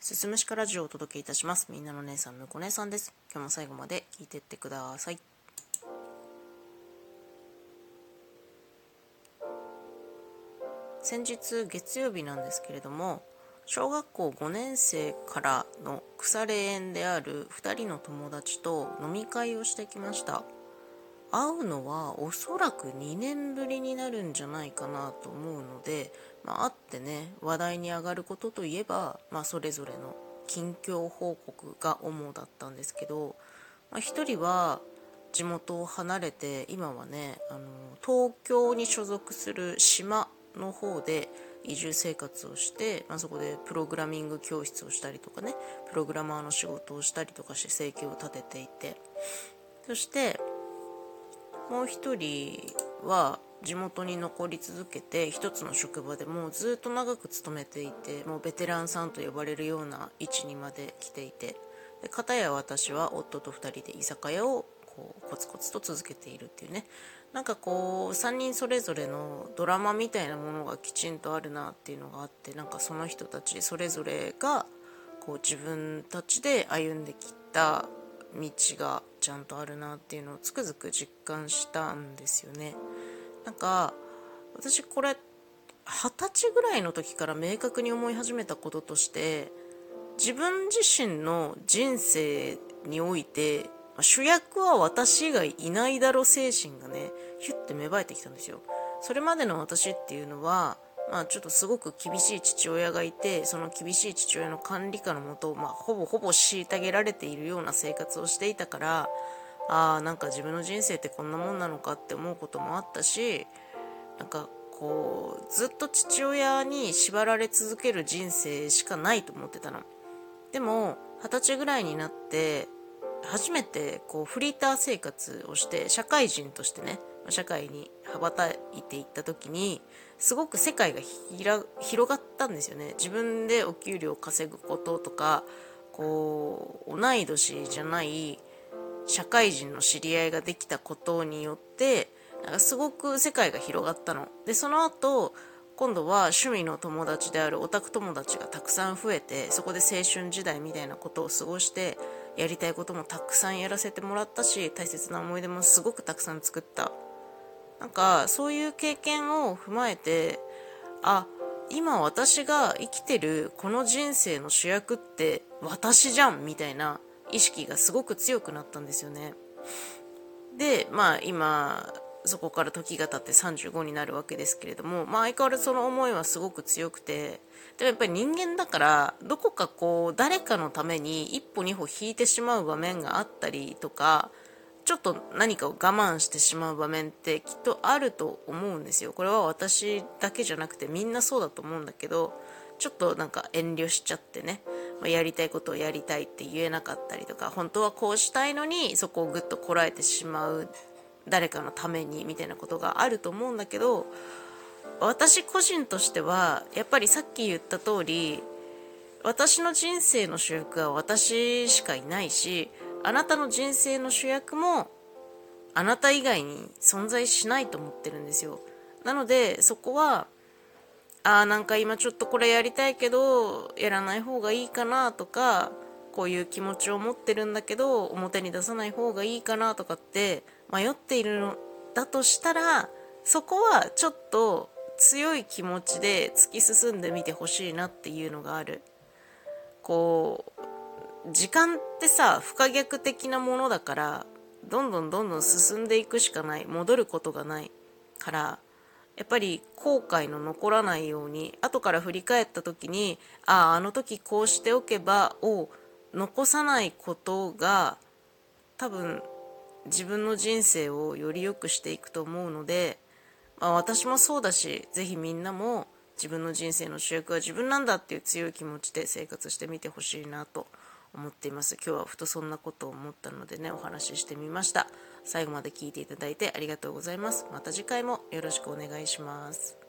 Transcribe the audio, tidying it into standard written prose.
すすむしかラジオをお届けいたします。みんなの姉さん、むこ姉さんです。今日も最後まで聞いてってください。先日月曜日なんですけれども、小学校5年生からの腐れ縁である2人の友達と飲み会をしてきました。会うのはおそらく2年ぶりになるんじゃないかなと思うので、会ってね、話題に上がることといえば、それぞれの近況報告が主だったんですけど、一人は地元を離れて今はね、東京に所属する島の方で移住生活をして、そこでプログラミング教室をしたりとかね、プログラマーの仕事をしたりとかして生計を立てていて、そしてもう一人は地元に残り続けて一つの職場でもうずっと長く勤めていて、もうベテランさんと呼ばれるような位置にまで来ていて、で片や私は夫と2人で居酒屋をコツコツと続けているっていうね、3人それぞれのドラマみたいなものがきちんとあるなっていうのがあって、その人たちそれぞれが自分たちで歩んできた道がちゃんとあるなっていうのをつくづく実感したんですよね。私これ20歳ぐらいの時から明確に思い始めたこととして、自分自身の人生において主役は私以外いないだろ精神がね、ヒュッて芽生えてきたんですよ。それまでの私っていうのはちょっとすごく厳しい父親がいて、その厳しい父親の管理下のもと、ほぼ虐げられているような生活をしていたから、自分の人生ってこんなもんなのかって思うこともあったし、ずっと父親に縛られ続ける人生しかないと思ってたの。でも20歳ぐらいになって初めてフリーター生活をして社会人としてね、社会に羽ばたいていった時にすごく世界が広がったんですよね。自分でお給料を稼ぐこととか、同い年じゃない社会人の知り合いができたことによってすごく世界が広がったので、その後今度は趣味の友達であるオタク友達がたくさん増えて、そこで青春時代みたいなことを過ごして、やりたいこともたくさんやらせてもらったし、大切な思い出もすごくたくさん作った。そういう経験を踏まえて、今私が生きてるこの人生の主役って私じゃんみたいな意識がすごく強くなったんですよね。で今そこから時が経って35になるわけですけれども、相変わらずその思いはすごく強くて、でもやっぱり人間だからどこか誰かのために一歩二歩引いてしまう場面があったりとか、ちょっと何かを我慢してしまう場面ってきっとあると思うんですよ。これは私だけじゃなくてみんなそうだと思うんだけど、ちょっと遠慮しちゃってね、やりたいことをやりたいって言えなかったりとか、本当はこうしたいのにそこをぐっとこらえてしまう、誰かのためにみたいなことがあると思うんだけど、私個人としてはやっぱりさっき言った通り、私の人生の主役は私しかいないし、あなたの人生の主役もあなた以外に存在しないと思ってるんですよ。なのでそこは今ちょっとこれやりたいけどやらない方がいいかなとか、こういう気持ちを持ってるんだけど表に出さない方がいいかなとかって迷っているのだとしたら、そこはちょっと強い気持ちで突き進んでみてほしいなっていうのがある。時間ってさ、不可逆的なものだから、どんどん進んでいくしかない、戻ることがないから、やっぱり後悔の残らないように、後から振り返った時にあの時こうしておけばを残さないことが、多分自分の人生をより良くしていくと思うので、私もそうだし、ぜひみんなも自分の人生の主役は自分なんだっていう強い気持ちで生活してみてほしいなと思っています。今日はふとそんなことを思ったのでね、お話ししてみました。最後まで聞いていただいてありがとうございます。また次回もよろしくお願いします。